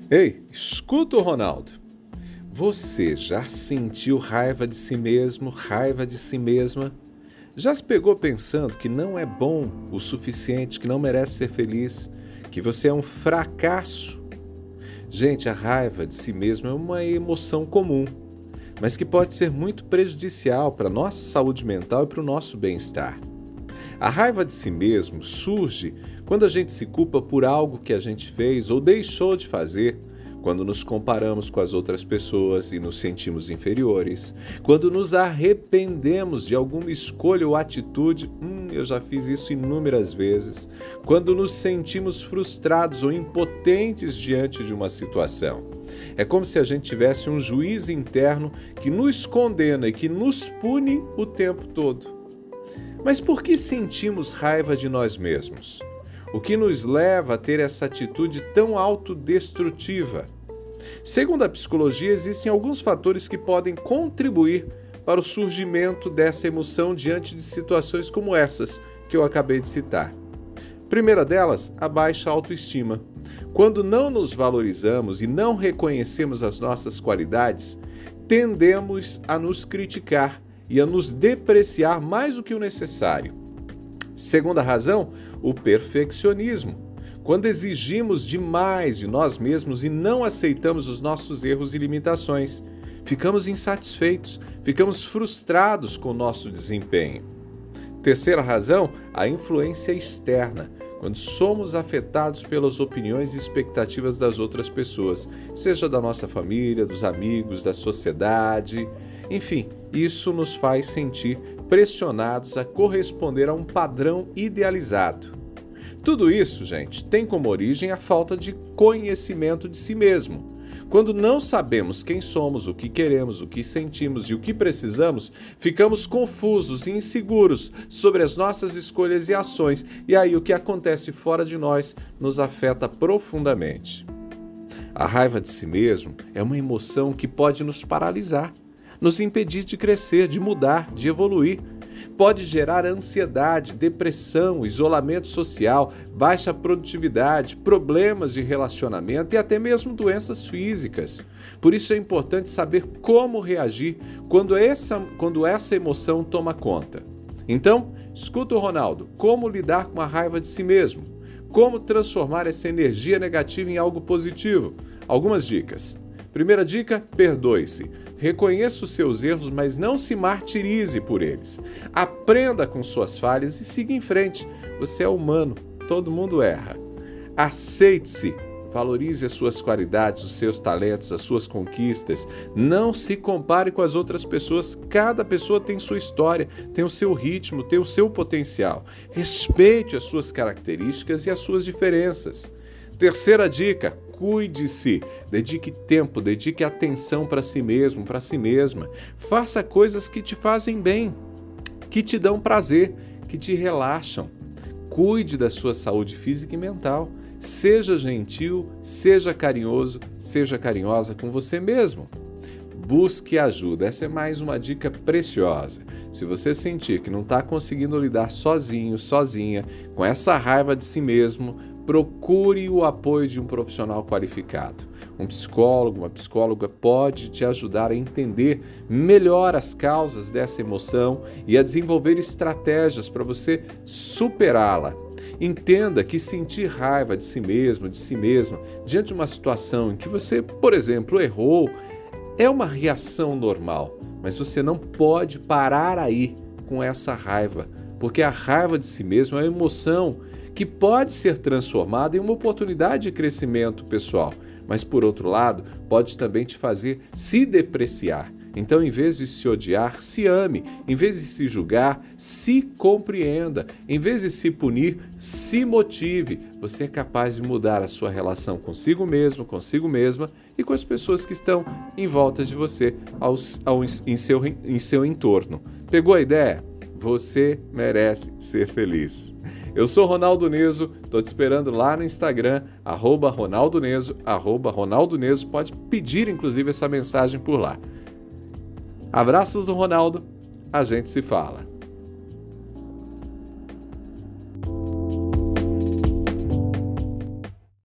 Ei, escuta o Ronaldo. Você já sentiu raiva de si mesmo, raiva de si mesma? Já se pegou pensando que não é bom o suficiente, que não merece ser feliz, que você é um fracasso? Gente, a raiva de si mesmo é uma emoção comum, mas que pode ser muito prejudicial para a nossa saúde mental e para o nosso bem-estar. A raiva de si mesmo surge quando a gente se culpa por algo que a gente fez ou deixou de fazer, quando nos comparamos com as outras pessoas e nos sentimos inferiores, quando nos arrependemos de alguma escolha ou atitude, eu já fiz isso inúmeras vezes, quando nos sentimos frustrados ou impotentes diante de uma situação. É como se a gente tivesse um juiz interno que nos condena e que nos pune o tempo todo. Mas por que sentimos raiva de nós mesmos? O que nos leva a ter essa atitude tão autodestrutiva? Segundo a psicologia, existem alguns fatores que podem contribuir para o surgimento dessa emoção diante de situações como essas que eu acabei de citar. Primeira delas, a baixa autoestima. Quando não nos valorizamos e não reconhecemos as nossas qualidades, tendemos a nos criticar e a nos depreciar mais do que o necessário. Segunda razão, o perfeccionismo. Quando exigimos demais de nós mesmos e não aceitamos os nossos erros e limitações, ficamos insatisfeitos, ficamos frustrados com o nosso desempenho. Terceira razão, a influência externa. Quando somos afetados pelas opiniões e expectativas das outras pessoas, seja da nossa família, dos amigos, da sociedade, enfim, isso nos faz sentir pressionados a corresponder a um padrão idealizado. Tudo isso, gente, tem como origem a falta de conhecimento de si mesmo. Quando não sabemos quem somos, o que queremos, o que sentimos e o que precisamos, ficamos confusos e inseguros sobre as nossas escolhas e ações, e aí o que acontece fora de nós nos afeta profundamente. A raiva de si mesmo é uma emoção que pode nos paralisar, nos impedir de crescer, de mudar, de evoluir. Pode gerar ansiedade, depressão, isolamento social, baixa produtividade, problemas de relacionamento e até mesmo doenças físicas. Por isso é importante saber como reagir quando essa emoção toma conta. Então, escuta o Ronaldo, como lidar com a raiva de si mesmo? Como transformar essa energia negativa em algo positivo? Algumas dicas. Primeira dica, perdoe-se. Reconheça os seus erros, mas não se martirize por eles. Aprenda com suas falhas e siga em frente. Você é humano, todo mundo erra. Aceite-se, valorize as suas qualidades, os seus talentos, as suas conquistas. Não se compare com as outras pessoas. Cada pessoa tem sua história, tem o seu ritmo, tem o seu potencial. Respeite as suas características e as suas diferenças. Terceira dica, cuide-se, dedique tempo, dedique atenção para si mesmo, para si mesma. Faça coisas que te fazem bem, que te dão prazer, que te relaxam. Cuide da sua saúde física e mental. Seja gentil, seja carinhoso, seja carinhosa com você mesmo. Busque ajuda. Essa é mais uma dica preciosa. Se você sentir que não está conseguindo lidar sozinho, sozinha, com essa raiva de si mesmo, procure o apoio de um profissional qualificado. Um psicólogo, uma psicóloga pode te ajudar a entender melhor as causas dessa emoção e a desenvolver estratégias para você superá-la. Entenda que sentir raiva de si mesmo, de si mesma, diante de uma situação em que você, por exemplo, errou, é uma reação normal, mas você não pode parar aí com essa raiva, porque a raiva de si mesmo é uma emoção que pode ser transformada em uma oportunidade de crescimento pessoal, mas por outro lado, pode também te fazer se depreciar. Então, em vez de se odiar, se ame. Em vez de se julgar, se compreenda. Em vez de se punir, se motive. Você é capaz de mudar a sua relação consigo mesmo, consigo mesma e com as pessoas que estão em volta de você, em seu entorno. Pegou a ideia? Você merece ser feliz. Eu sou Ronaldo Neso, estou te esperando lá no Instagram, @Ronaldo Neso, @Ronaldo Neso. Pode pedir, inclusive, essa mensagem por lá. Abraços do Ronaldo, a gente se fala.